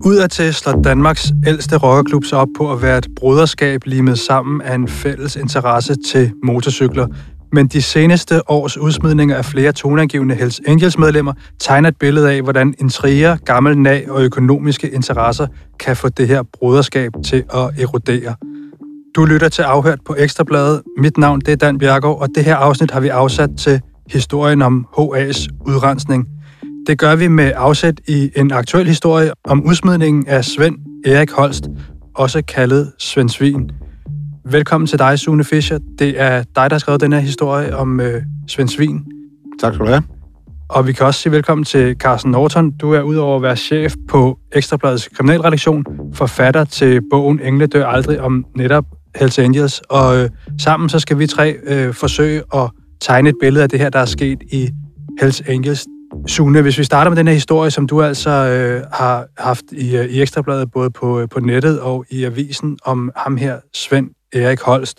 Udadtil slår Danmarks ældste rockerklub sig op på at være et broderskab limet sammen af en fælles interesse til motorcykler. Men de seneste års udsmidninger af flere toneangivende Hells Angels-medlemmer tegner et billede af, hvordan intriger, gammel nag og økonomiske interesser kan få det her broderskab til at erodere. Du lytter til Afhørt på Ekstrabladet. Mit navn det er Dan Bjergaard, og det her afsnit har vi afsat til historien om HA's udrensning. Det gør vi med afsæt i en aktuel historie om udsmidningen af Svend Erik Holst, også kaldet Svend Svin. Velkommen til dig, Sune Fischer. Det er dig, der har skrevet den her historie om Svend Svin. Tak skal du have. Og vi kan også sige velkommen til Carsten Norton. Du er udover at være chef på Ekstrabladets kriminalredaktion, forfatter til bogen Engle dør aldrig om netop Hells Angels. Og sammen så skal vi tre forsøge at tegne et billede af det her, der er sket i Hells Angels. Sune, hvis vi starter med den her historie, som du altså har haft i Ekstrabladet, både på nettet og i avisen, om ham her, Svend Erik Holst.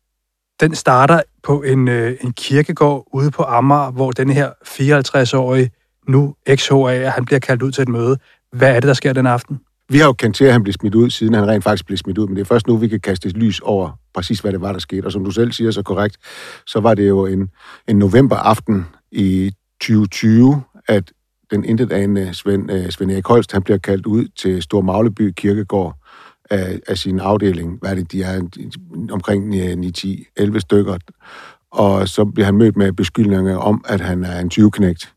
Den starter på en kirkegård ude på Amager, hvor den her 54-årige, nu ex-HA'er, han bliver kaldt ud til et møde. Hvad er det, der sker den aften? Vi har jo kendt til, at han blev smidt ud, siden han rent faktisk blev smidt ud, men det er først nu, vi kan kaste lys over præcis, hvad det var, der skete. Og som du selv siger så korrekt, så var det jo en novemberaften i 2020, at den intetanende Svend Erik Holst, han bliver kaldt ud til Stor Magleby Kirkegård af sin afdeling. Hvad er det, de er omkring 9-10-11 stykker. Og så bliver han mødt med beskyldninger om, at han er en tyveknægt.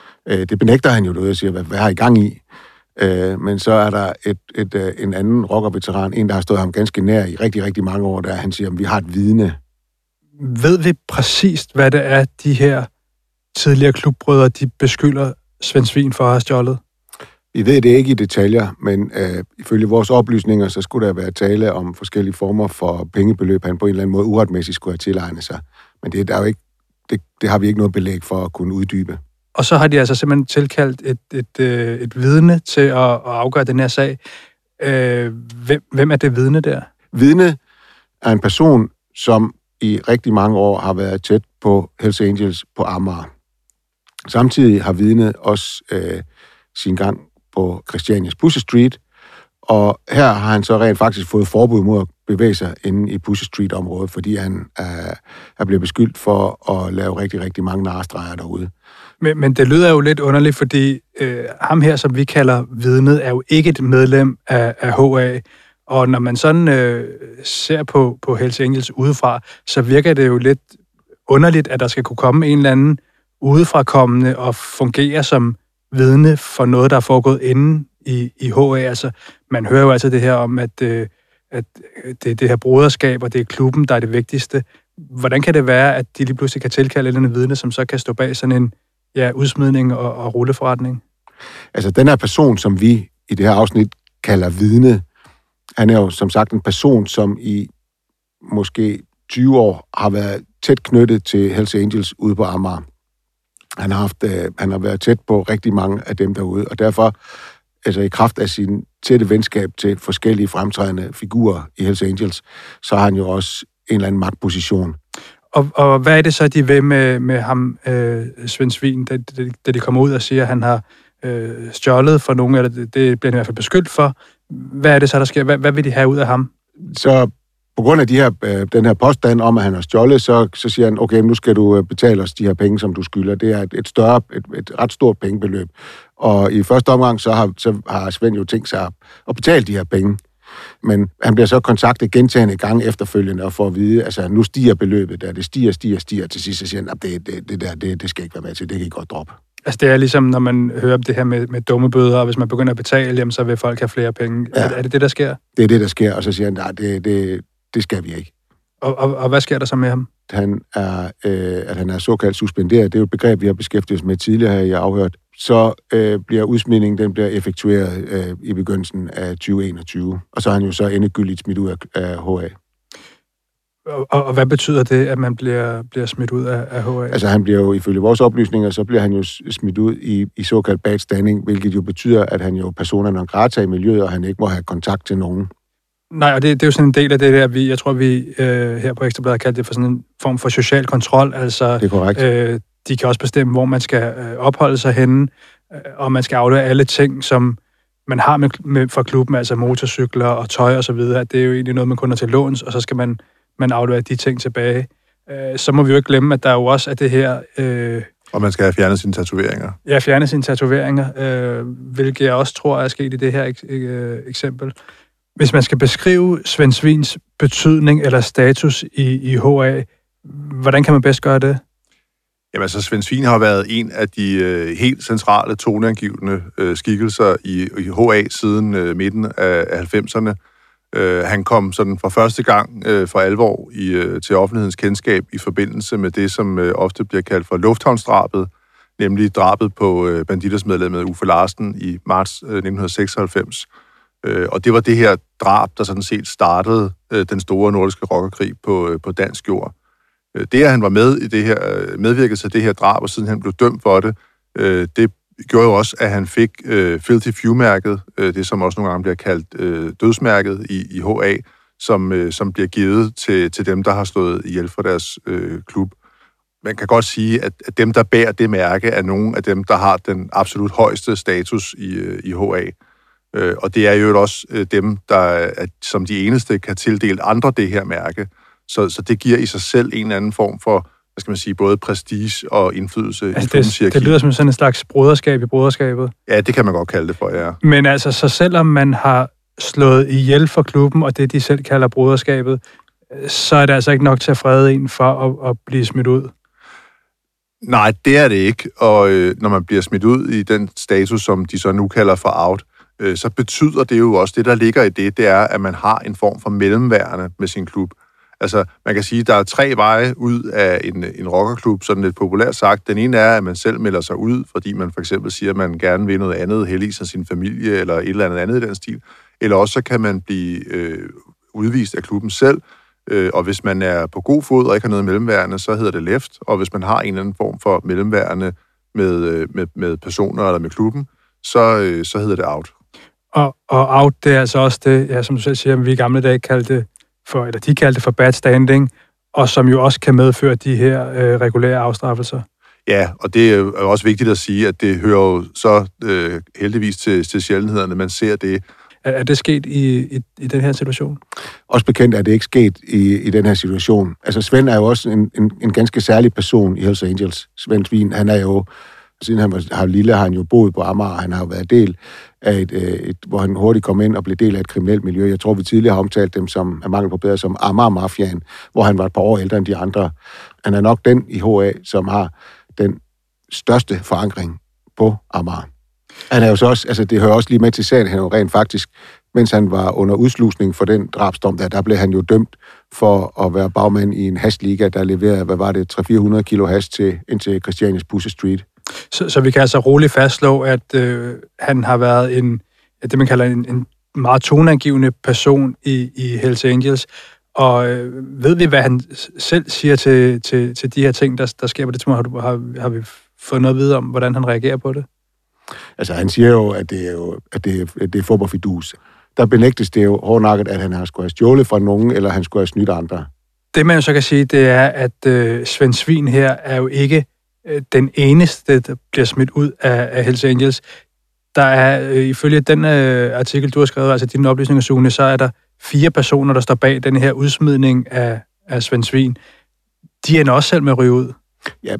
Det benægter han jo derude og siger, hvad har I gang i? Men så er der en anden rockerveteran, en, der har stået ham ganske nær i rigtig, rigtig mange år, der han siger, at vi har et vidne. Ved vi præcist, hvad det er, de her tidligere klubbrødre, de beskylder Svend Svin for at have stjålet? Vi ved det ikke i detaljer, men ifølge vores oplysninger, så skulle der være tale om forskellige former for pengebeløb, han på en eller anden måde uretmæssigt skulle have tilegnet sig. Men det er der jo ikke, det har vi ikke noget belæg for at kunne uddybe. Og så har de altså simpelthen tilkaldt et vidne til at afgøre den her sag. Hvem er det vidne der? Vidne er en person, som i rigtig mange år har været tæt på Hells Angels på Amager. Samtidig har vidnet også sin gang på Christianias Pussy Street, og her har han så rent faktisk fået forbud mod at bevæge sig inde i Pussy Street-området, fordi han er blevet beskyldt for at lave rigtig, rigtig mange narestreger derude. Men det lyder jo lidt underligt, fordi ham her, som vi kalder vidnet, er jo ikke et medlem af HA, og når man sådan ser på Hells Angels udefra, så virker det jo lidt underligt, at der skal kunne komme en eller anden udefrakommende og fungere som vidne for noget, der er foregået inde i HA. Altså, man hører jo altså det her om, at det er det her broderskab, og det er klubben, der er det vigtigste. Hvordan kan det være, at de lige pludselig kan tilkalde en vidne, som så kan stå bag sådan en udsmidning og rulleforretning? Altså, den her person, som vi i det her afsnit kalder vidne, han er jo som sagt en person, som i måske 20 år har været tæt knyttet til Hells Angels ude på Amager. Han har været tæt på rigtig mange af dem derude, og derfor, altså i kraft af sin tætte venskab til forskellige fremtrædende figurer i Hells Angels, så har han jo også en eller anden magtposition. Og hvad er det så, de vil med ham, Svend Svin, da de kommer ud og siger, at han har stjålet for nogen, eller det bliver han i hvert fald beskyldt for? Hvad er det så, der sker? Hvad vil de have ud af ham? Så på grund af den her påstand om, at han har stjålet, så siger han, okay, nu skal du betale os de her penge, som du skylder. Det er et ret stort pengebeløb. Og i første omgang, så har Svend jo tænkt sig at betale de her penge. Men han bliver så kontaktet gentagne gange efterfølgende og får at vide, altså nu stiger beløbet der, det stiger til sidst, så siger han, det skal ikke være med til, det kan I godt droppe. Altså det er ligesom, når man hører om det her med dumme bøder, og hvis man begynder at betale, jamen, så vil folk have flere penge. Ja. Er det det, der sker? Det er det, der sker, og så siger han, nej, det skal vi ikke. Og hvad sker der så med ham? At han er såkaldt suspenderet, det er jo et begreb, vi har beskæftiget os med tidligere her i Afhørt. Så bliver udsmidningen, den bliver effektueret i begyndelsen af 2021, og så er han jo så endegyldigt smidt ud af HA. Og hvad betyder det, at man bliver smidt ud af HA? Altså han bliver jo, ifølge vores oplysninger, så bliver han jo smidt ud i såkaldt bad standing, hvilket jo betyder, at han jo persona non grata i miljøet, og han ikke må have kontakt til nogen. Nej, og det er jo sådan en del af det der, jeg tror, vi her på Ekstrabladet har kaldt det for sådan en form for social kontrol. Altså, det er korrekt. De kan også bestemme, hvor man skal opholde sig henne, og man skal aflevere alle ting, som man har med fra klubben, altså motorcykler og tøj og så videre, det er jo egentlig noget, man kun har til låns, og så skal man aflevere de ting tilbage. Så må vi jo ikke glemme, at der jo også er det her... og man skal have fjernet sine tatoveringer. Ja, fjerne sine tatoveringer, hvilket jeg også tror er sket i det her eksempel. Hvis man skal beskrive Svend Svins betydning eller status i HA, hvordan kan man bedst gøre det? Jamen altså, Svend Svin har været en af de helt centrale toneangivende skikkelser i HA siden midten af 90'erne. Han kom sådan for første gang for alvor til offentlighedens kendskab i forbindelse med det, som ofte bliver kaldt for lufthavnsdrabet, nemlig drabet på Bandidos-medlemmet Uffe Larsen i marts 1996. Og det var det her drab, der sådan set startede den store nordiske rockerkrig på dansk jord. Det, at han var med i det her, medvirket til det her drab, og siden han blev dømt for det, det gjorde jo også, at han fik Filthy Few-mærket, det som også nogle gange bliver kaldt dødsmærket i HA, som bliver givet til dem, der har slået ihjel for deres klub. Man kan godt sige, at dem, der bærer det mærke, er nogle af dem, der har den absolut højeste status i HA. Og det er jo også dem, der som de eneste kan tildele andre det her mærke. Så det giver i sig selv en eller anden form for, hvad skal man sige, både prestige og indflydelse i klubbens hierarki. Det lyder som sådan en slags broderskab i broderskabet. Ja, det kan man godt kalde det for, ja. Men altså, så selvom man har slået ihjel for klubben, og det de selv kalder broderskabet, så er det altså ikke nok til at frede en for at blive smidt ud? Nej, det er det ikke. Og når man bliver smidt ud i den status, som de så nu kalder for out, så betyder det jo også, det der ligger i det er, at man har en form for mellemværende med sin klub. Altså, man kan sige, at der er 3 veje ud af en rockerklub, sådan lidt populært sagt. Den ene er, at man selv melder sig ud, fordi man for eksempel siger, at man gerne vil noget andet, heldigvis af sin familie, eller et eller andet i den stil. Eller også så kan man blive udvist af klubben selv, og hvis man er på god fod og ikke har noget mellemværende, så hedder det left, og hvis man har en eller anden form for mellemværende med personer eller med klubben, så hedder det out. Og out, det er altså også det, ja, som du selv siger, vi i gamle dage kaldte for bad standing, og som jo også kan medføre de her regulære afstraffelser. Ja, og det er jo også vigtigt at sige, at det hører jo så heldigvis til sjældenhederne, man ser det. Er det sket i den her situation? Også bekendt er det ikke sket i den her situation. Altså, Svend er jo også en ganske særlig person i Hells Angels. Svend Svin, han er jo, siden han var lille, har han jo boet på Amager, han har jo været del af hvor han hurtigt kom ind og blev del af et kriminelt miljø. Jeg tror, vi tidligere har omtalt dem som, af mangel på bedre, som Amager-mafiaen, hvor han var et par år ældre end de andre. Han er nok den i HA, som har den største forankring på Amager. Han er jo så også, altså det hører også lige med til sagen, han jo rent faktisk, mens han var under udslusning for den drabsdom der blev han jo dømt for at være bagmand i en hashliga, der leverede, 300-400 kilo hash ind til Christianias Busse Street. Så vi kan altså roligt fastslå, at han har været det man kalder en meget toneangivende person i Hells Angels. Og ved vi, hvad han selv siger til de her ting, der sker på det tidspunkt? Har vi fået noget at vide om, hvordan han reagerer på det? Altså, han siger jo, at det er fodboldfidus. Der benægtes det jo hårdnakket, at han har skulle have stjålet fra nogen, eller han skulle have snydt andre. Det, man jo så kan sige, det er, at Svend Svin her er jo ikke den eneste, der bliver smidt ud af Hells Angels. Der er, ifølge den artikel, du har skrevet, altså dine oplysninger, Sune, så er der 4 personer, der står bag den her udsmidning af Svend Svin. De ender også selv med at ryge ud. Ja,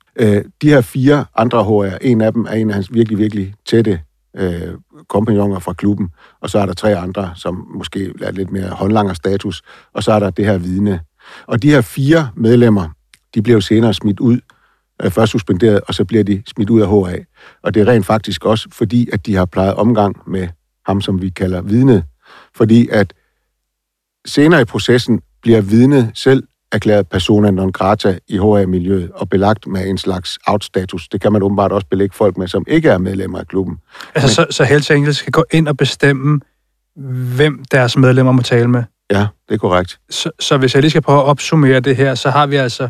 de her 4 andre HR'er, en af dem er en af hans virkelig, virkelig tætte kompagnoner fra klubben, og så er der 3 andre, som måske er lidt mere håndlanger status, og så er der det her vidne. Og de her 4 medlemmer, de bliver jo senere smidt ud, først suspenderet, og så bliver de smidt ud af HA. Og det er rent faktisk også fordi, at de har plejet omgang med ham, som vi kalder vidnet. Fordi at senere i processen bliver vidnet selv erklæret persona non grata i HA-miljøet og belagt med en slags out-status. Det kan man åbenbart også belægge folk med, som ikke er medlemmer af klubben. Altså, så Hells Angels skal gå ind og bestemme, hvem deres medlemmer må tale med? Ja, det er korrekt. Så hvis jeg lige skal prøve at opsummere det her, så har vi altså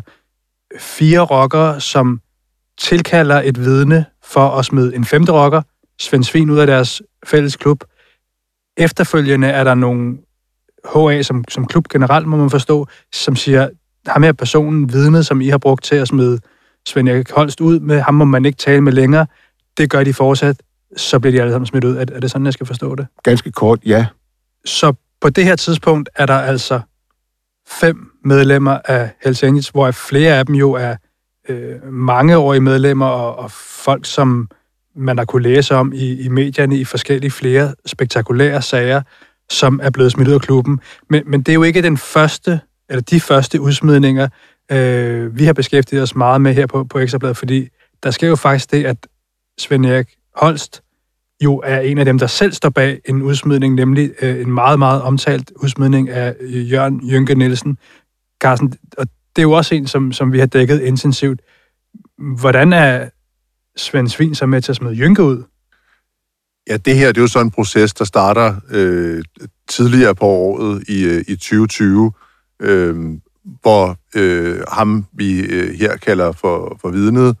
4 rockere, som tilkalder et vidne for at smide en 5. rocker, Svend Svin, ud af deres fælles klub. Efterfølgende er der nogle HA, som klub generelt, må man forstå, som siger, ham her personen, vidnet, som I har brugt til at smide Svend Erik Holst ud med, ham må man ikke tale med længere. Det gør de fortsat. så bliver de alle sammen smidt ud. Er det sådan, jeg skal forstå det? Ganske kort, ja. Så på det her tidspunkt er der altså 5 medlemmer af Hells Angels, hvor flere af dem jo er mangeårige medlemmer og folk, som man har kunne læse om i medierne i forskellige flere spektakulære sager, som er blevet smidt ud af klubben. Men det er jo ikke de første udsmidninger, vi har beskæftiget os meget med her på Ekstra Bladet, fordi der sker jo faktisk det, at Svend Erik Holst jo er en af dem, der selv står bag en udsmidning, nemlig en meget, meget omtalt udsmidning af Jørgen Jynke Nielsen. Carsten, og det er jo også en, som vi har dækket intensivt. Hvordan er Svend Svin så med til at smide Jynke ud? Ja, det her det er jo sådan en proces, der starter tidligere på året i 2020, hvor ham vi her kalder for vidnet,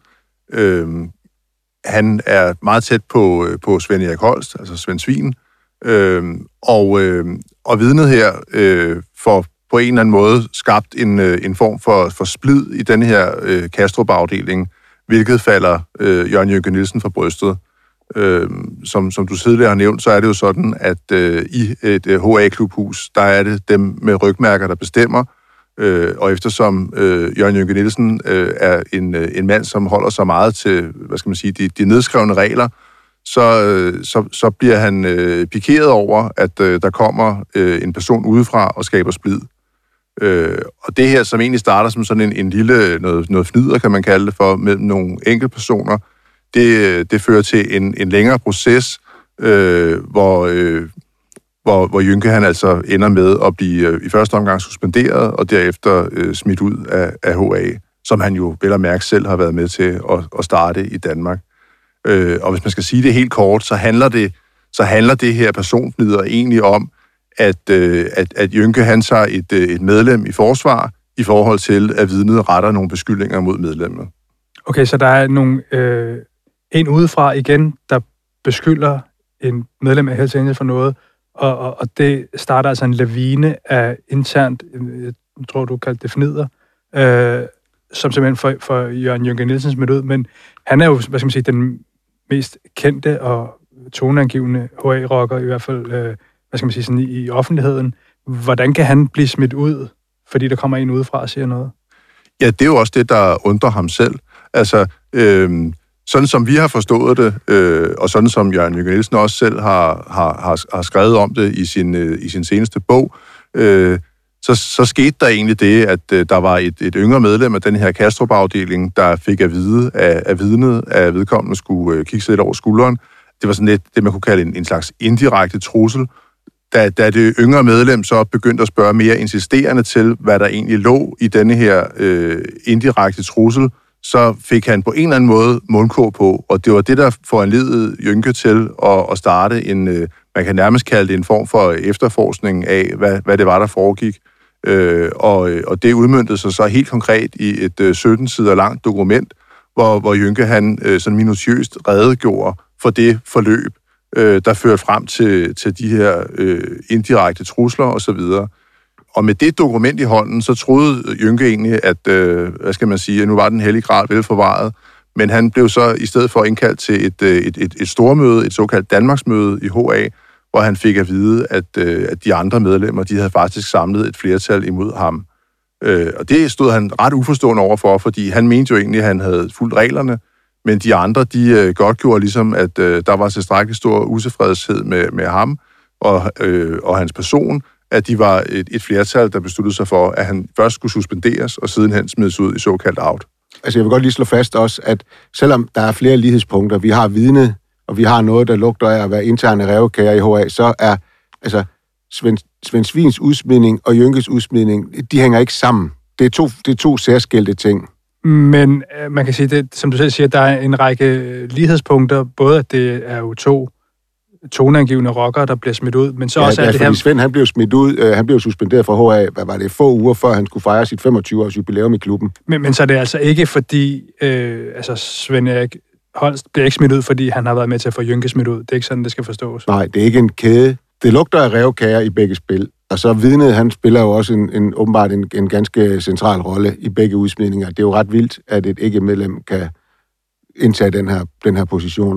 han er meget tæt på Svend Erik Holst, altså Svend Svin, og vidnet her får på en eller anden måde skabt en form for splid i denne her Kastrup-afdeling, hvilket falder Jørgen Jynke Nielsen for brystet. Som du tidligere har nævnt, så er det jo sådan, at i et HA-klubhus, der er det dem med rygmærker, der bestemmer, og eftersom Jørgen Jynke Nielsen er en mand, som holder sig meget til, hvad skal man sige, de nedskrevne regler, så bliver han pikeret over, at der kommer en person udefra og skaber splid. Og det her, som egentlig starter som sådan en lille noget fnider, kan man kalde det for, mellem nogle enkelte personer, det fører til en længere proces, hvor Jynke han altså ender med at blive i første omgang suspenderet, og derefter smidt ud af HA, som han jo vel og mærke selv har været med til at starte i Danmark. Og hvis man skal sige det helt kort, så handler det her personfnider egentlig om, at Jynke han tager et medlem i forsvar i forhold til, at vidnet retter nogle beskyldninger mod medlemmet. Okay, så der er en udefra igen, der beskylder en medlem af Hells Angels for noget, og det starter altså en lavine af internt, jeg tror du kaldte det fnider, som simpelthen for Jørgen Jynke Nielsen smidt ud, men han er jo, hvad skal man sige, den mest kendte og toneangivende HA-rocker, i hvert fald, hvad skal man sige, sådan i offentligheden. Hvordan kan han blive smidt ud, fordi der kommer en udefra og siger noget? Ja, det er jo også det, der undrer ham selv. Altså, sådan som vi har forstået det, og sådan som Jørgen Jynke Nielsen også selv har skrevet om det i sin seneste bog, så skete der egentlig det, at der var et yngre medlem af den her Kastrup-afdeling, der fik at vide af vidnet, at vedkommende skulle kigge sig lidt over skulderen. Det var sådan lidt det, man kunne kalde en slags indirekte trussel. Da det yngre medlem så begyndte at spørge mere insisterende til, hvad der egentlig lå i denne her indirekte trussel, så fik han på en eller anden måde mundkurv på, og det var det, der foranledede Jynke til at starte man kan nærmest kalde det en form for efterforskning af, hvad det var, der foregik. Og det udmøntede sig så helt konkret i et 17 sider langt dokument, hvor Jynke han sådan minutiøst redegjorde for det forløb, der førte frem til de her indirekte trusler osv. Og med det dokument i hånden, så troede Jynke egentlig, at, hvad skal man sige, at nu var den hellige gral velforvaret, men han blev så i stedet for indkaldt til et stormøde, et såkaldt Danmarksmøde i HA, hvor han fik at vide, at de andre medlemmer, de havde faktisk samlet et flertal imod ham. Og det stod han ret uforstående overfor, fordi han mente jo egentlig, at han havde fulgt reglerne, men de andre, de godtgjorde ligesom, at der var tilstrækkelig stor utilfredshed med ham og hans person, at de var et flertal, der besluttede sig for, at han først skulle suspenderes, og sidenhen smides ud i såkaldt out. Altså jeg vil godt lige slå fast også, at selvom der er flere lighedspunkter, vi har vidne, og vi har noget, der lugter af at være interne rævekager i HA, så er altså Svend Svins udsmidning og Jynkes udsmidning, de hænger ikke sammen. Det er to særskilte ting. Men man kan sige, det, som du selv siger, der er en række lighedspunkter, både at det er jo 2 toneangivende rockere, der bliver smidt ud, men så også er det her... Svend, han blev smidt ud, han blev suspenderet fra HA, hvad var det, få uger før han skulle fejre sit 25-års jubilæum i klubben. Men så er det altså ikke fordi, Svend Erik Holst bliver ikke smidt ud, fordi han har været med til at få Jynke smidt ud. Det er ikke sådan, det skal forstås. Nej, det er ikke en kæde. Det lugter af rævekager i begge spil. Og så vidnet, han spiller jo også åbenbart en ganske central rolle i begge udsmidninger. Det er jo ret vildt, at et ikke-medlem kan indtage den her position, ikke?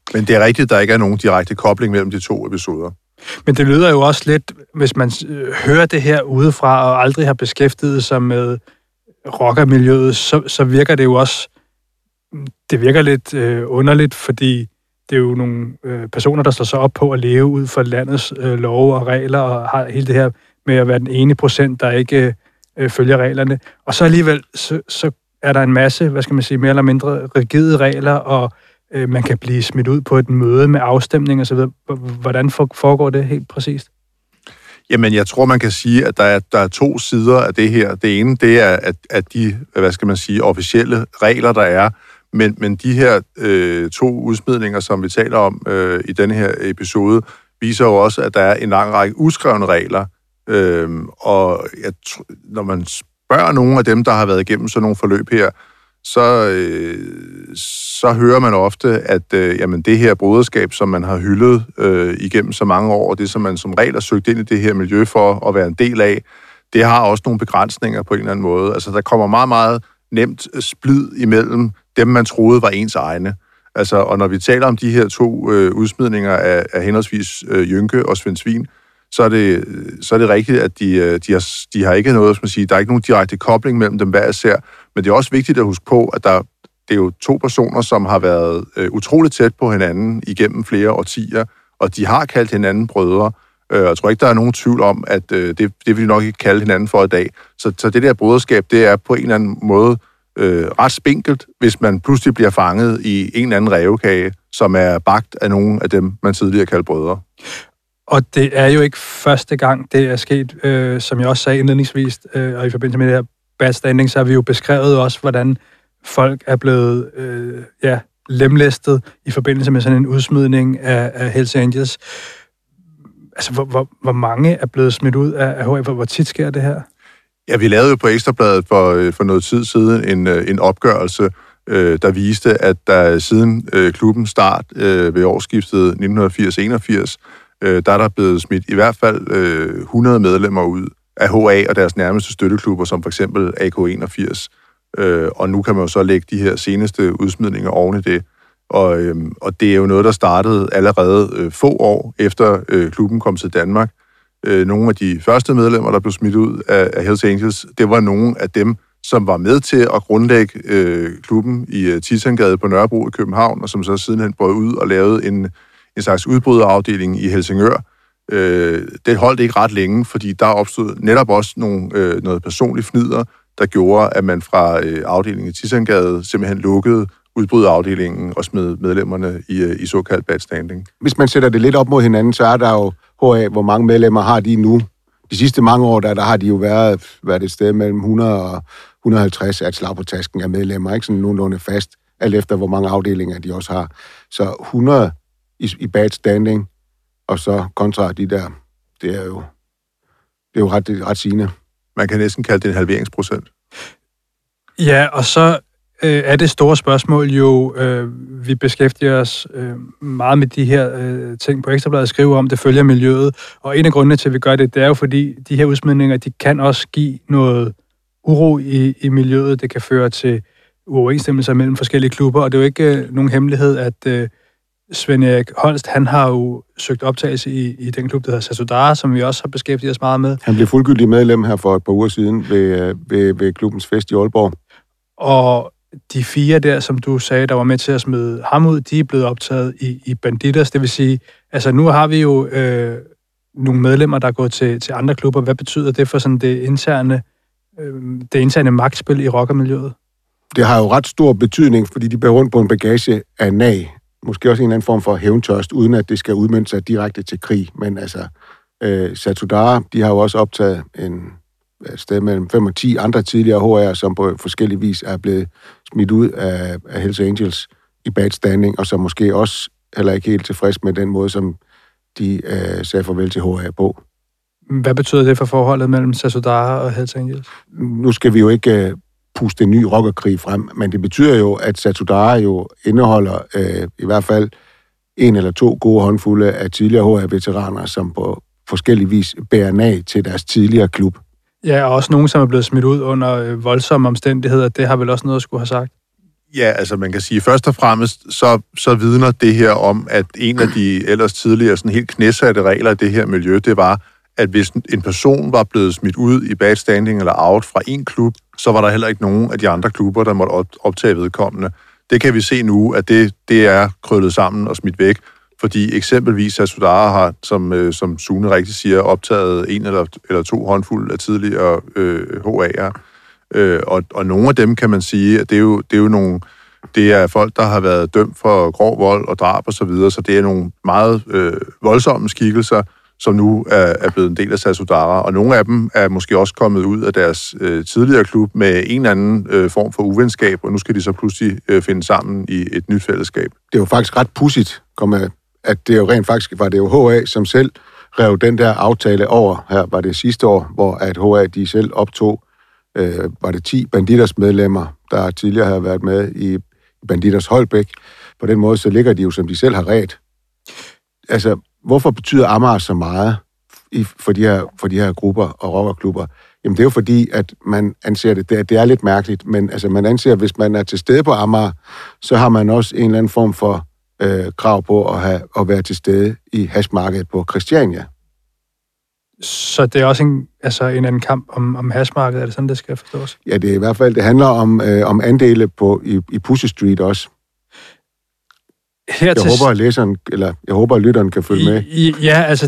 Men det er rigtigt, at der ikke er nogen direkte kobling mellem de to episoder. Men det lyder jo også lidt, hvis man hører det her udefra og aldrig har beskæftiget sig med rockermiljøet, så virker det jo også, det virker lidt underligt, fordi det er jo nogle personer, der står sig op på at leve ud for landets love og regler, og har hele det her med at være den ene procent, der ikke følger reglerne. Og så alligevel, så er der en masse, hvad skal man sige, mere eller mindre rigide regler, og man kan blive smidt ud på et møde med afstemning og så videre. Hvordan foregår det helt præcist? Jamen, jeg tror, man kan sige, at der er to sider af det her. Det ene, det er, at de, hvad skal man sige, officielle regler, der er, men de her to udsmidninger, som vi taler om i denne her episode, viser jo også, at der er en lang række uskrevne regler. Og når man spørger nogle af dem, der har været igennem sådan nogle forløb her, så hører man ofte, at jamen, det her broderskab, som man har hyldet igennem så mange år, og det, som man som regel har søgt ind i det her miljø for at være en del af, det har også nogle begrænsninger på en eller anden måde. Altså, der kommer meget, meget nemt splid imellem dem, man troede var ens egne. Altså, og når vi taler om de her to udsmidninger af henholdsvis Jynke og Svend Svin, så er det rigtigt, at de har ikke noget, som man siger, der er ikke nogen direkte kobling mellem dem hver især, men det er også vigtigt at huske på, at det er jo to personer, som har været utroligt tæt på hinanden igennem flere årtier, og de har kaldt hinanden brødre. Jeg tror ikke, der er nogen tvivl om, at det vil de nok ikke kalde hinanden for i dag. Så det der broderskab, det er på en eller anden måde ret spinkelt, hvis man pludselig bliver fanget i en eller anden rævekage, som er bagt af nogle af dem, man tidligere kaldte brødre. Og det er jo ikke første gang, det er sket, som jeg også sagde indledningsvis, og i forbindelse med det her bad standing, så har vi jo beskrevet også, hvordan folk er blevet lemlæstet i forbindelse med sådan en udsmidning af Hells Angels. Altså, hvor mange er blevet smidt ud af HA? Hvor tit sker det her? Ja, vi lavede jo på Ekstrabladet for noget tid siden en opgørelse, der viste, at der siden klubbens start ved årsskiftet 1980-81, der er der blevet smidt i hvert fald 100 medlemmer ud af HA og deres nærmeste støtteklubber, som for eksempel AK81. Og nu kan man jo så lægge de her seneste udsmidninger oven i det. Og det er jo noget, der startede allerede få år efter klubben kom til Danmark. Nogle af de første medlemmer, der blev smidt ud af Hells Angels, det var nogle af dem, som var med til at grundlægge klubben i Titangade på Nørrebro i København, og som så sidenhen brød ud og lavede en slags udbryderafdeling i Helsingør. Det holdt ikke red længe, fordi der opstod netop også noget personligt fnider, der gjorde, at man fra afdelingen i Titangade simpelthen lukkede udbryderafdelingen og smed medlemmerne i såkaldt bad standing. Hvis man sætter det lidt op mod hinanden, så er der jo HA, hvor mange medlemmer har de nu. De sidste mange år, der har de jo været et sted mellem 100 og 150 at slag på tasken af medlemmer, ikke sådan nogenlunde fast, alt efter hvor mange afdelinger de også har. Så 100 i bad standing, og så kontra de der, det er jo ret sigende. Man kan næsten kalde det en halveringsprocent. Ja, og så er det store spørgsmål jo, vi beskæftiger os meget med de her ting på Ekstrabladet, skriver om, det følger miljøet, og en af grundene til, at vi gør det, det er jo fordi, de her udsmidninger, de kan også give noget uro i miljøet, det kan føre til uoverensstemmelser mellem forskellige klubber, og det er jo ikke nogen hemmelighed, at Svend Erik Holst, han har jo søgt optagelse i den klub, der hedder Sasudara, som vi også har beskæftiget os meget med. Han blev fuldgyldig medlem her for et par uger siden ved klubbens fest i Aalborg. Og de 4 der, som du sagde, der var med til at smide ham ud, de er blevet optaget i Banditas. Det vil sige, altså nu har vi jo nogle medlemmer, der er gået til andre klubber. Hvad betyder det for sådan det interne magtspil i rockermiljøet? Det har jo ret stor betydning, fordi de bærer rundt på en bagage af nag. Måske også en eller anden form for hævntørst, uden at det skal udmønte sig direkte til krig. Men altså, Sasudara, de har jo også optaget et sted mellem 5 og 10 andre tidligere HR'er, som på forskellig vis er blevet smidt ud af Hells Angels i bad standing, og som måske også heller ikke helt tilfreds med den måde, som de sagde farvel til HR på. Hvad betyder det for forholdet mellem Sasudara og Hells Angels? Nu skal vi jo ikke puste en ny rockerkrig frem, men det betyder jo, at Sasudara jo indeholder i hvert fald 1 eller 2 gode håndfulde af tidligere HR-veteraner, som på forskellig vis bærer nag til deres tidligere klub. Ja, og også nogen, som er blevet smidt ud under voldsomme omstændigheder. Det har vel også noget at skulle have sagt? Ja, altså man kan sige, først og fremmest, så vidner det her om, at en af de ellers tidligere sådan helt knæsatte regler i det her miljø, det var, at hvis en person var blevet smidt ud i bad standing eller out fra en klub, så var der heller ikke nogen af de andre klubber, der måtte optage vedkommende. Det kan vi se nu, at det er krøllet sammen og smidt væk, fordi eksempelvis Sasudara har, som Sune rigtig siger, optaget en eller to håndfulde af tidligere HA'er. Og nogle af dem kan man sige, at det er folk, der har været dømt for grov vold og drab og så videre, så det er nogle meget voldsomme skikkelser, som nu er blevet en del af Sasudara, og nogle af dem er måske også kommet ud af deres tidligere klub med en eller anden form for uvenskab, og nu skal de så pludselig finde sammen i et nyt fællesskab. Det er jo faktisk ret pudsigt, at det jo rent faktisk var det jo HA, som selv rev den der aftale over. Her var det sidste år, hvor at HA de selv optog, var det 10 Banditers medlemmer, der tidligere havde været med i Banditers Holbæk. På den måde, så ligger de jo, som de selv har ret. Altså, hvorfor betyder Amager så meget for de her grupper og rockerklubber? Jamen, det er jo fordi, at man anser det er lidt mærkeligt, men altså, man anser, at hvis man er til stede på Amager, så har man også en eller anden form for krav på at være til stede i hashmarkedet på Christiania. Så det er også en anden kamp om hashmarkedet, er det sådan, det skal forstås? Ja, det er i hvert fald, det handler om andele i Pussy Street også. Jeg håber, at lytteren kan følge med. Ja, altså,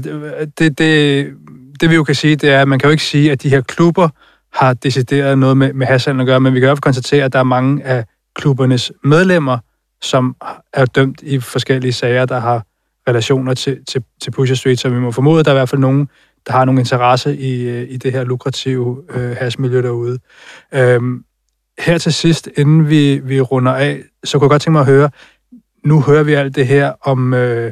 det vi jo kan sige, det er, at man kan jo ikke sige, at de her klubber har decideret noget med hashhandel at gøre, men vi kan i hvert fald konstatere, at der er mange af klubbernes medlemmer, som er dømt i forskellige sager, der har relationer til Pusher Street, så vi må formode, at der er i hvert fald nogen, der har nogle interesse i det her lukrative hashmiljø derude. Her til sidst, inden vi runder af, så kunne jeg godt tænke mig at høre, nu hører vi alt det her om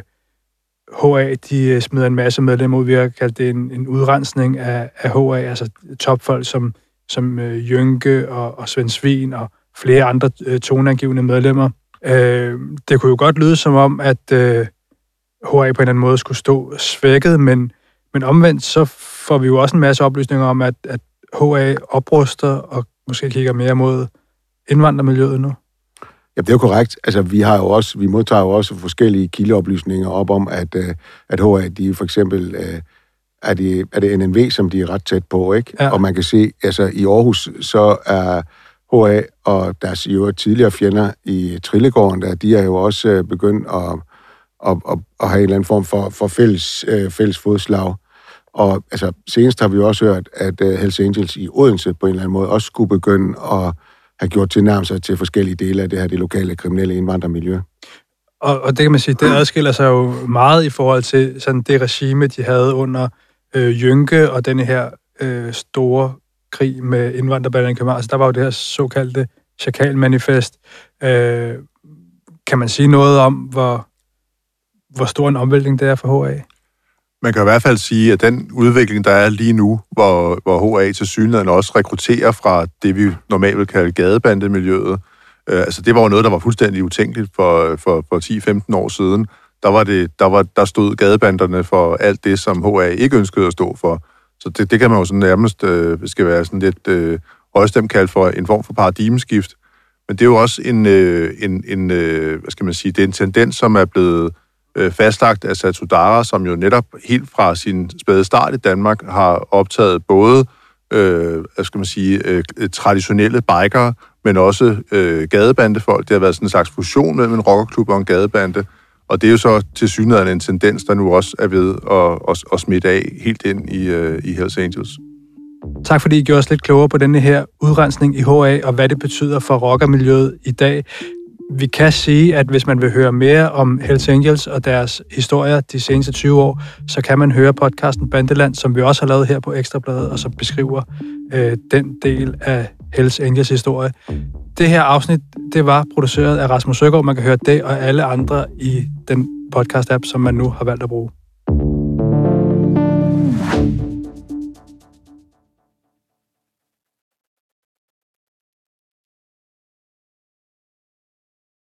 HA, de smider en masse medlemmer ud, vi har kaldt det en udrensning af HA, altså topfolk som Jynke og Svend Svin og flere andre toneangivende medlemmer. Det kunne jo godt lyde som om, at HA på en eller anden måde skulle stå svækket, men omvendt så får vi jo også en masse oplysninger om, at HA opruster og måske kigger mere mod indvandrermiljøet nu. Ja, det er jo korrekt. Altså, vi modtager jo også forskellige kildeoplysninger op om, at HA, de for eksempel, er det NNV, som de er ret tæt på, ikke? Ja. Og man kan se, altså i Aarhus, så er HA og deres tidligere fjender i Trillegården, de er jo også begyndt at have en eller anden form for fælles fodslag. Og altså, senest har vi jo også hørt, at Hells Angels i Odense på en eller anden måde også skulle begynde at have gjort tilnærmelser til forskellige dele af det lokale kriminelle indvandrermiljø. Og det kan man sige, det adskiller sig jo meget i forhold til sådan det regime, de havde under Jynke og denne her store krig med indvandrerbanderne i København. Altså, der var jo det her såkaldte Chakal-manifest. Kan man sige noget om, hvor stor en omvæltning det er for HA? Man kan i hvert fald sige, at den udvikling, der er lige nu, hvor HA til synligheden også rekrutterer fra det, vi normalt vil kalde gadebandemiljøet, altså det var jo noget, der var fuldstændig utænkeligt for 10-15 år siden. Der stod gadebanderne for alt det, som HA ikke ønskede at stå for. Så det kan man jo sådan nærmest, skal være sådan lidt højstemt kaldt for en form for paradigmeskift. Men det er jo også hvad skal man sige, det er en tendens, som er blevet fastlagt af Sasudara, som jo netop helt fra sin spæde start i Danmark har optaget både traditionelle bikere, men også gadebandefolk. Det har været sådan en slags fusion mellem en rockerklub og en gadebande, og det er jo så tilsyneladende en tendens, der nu også er ved at smitte af helt ind i Hells Angels. Tak fordi I gjorde os lidt klogere på denne her udrensning i HA, og hvad det betyder for rockermiljøet i dag. Vi kan sige, at hvis man vil høre mere om Hells Angels og deres historier de seneste 20 år, så kan man høre podcasten Bandeland, som vi også har lavet her på Ekstrabladet, og som beskriver den del af Hells Angels historie. Det her afsnit, det var produceret af Rasmus Søgaard. Man kan høre det og alle andre i den podcast-app, som man nu har valgt at bruge.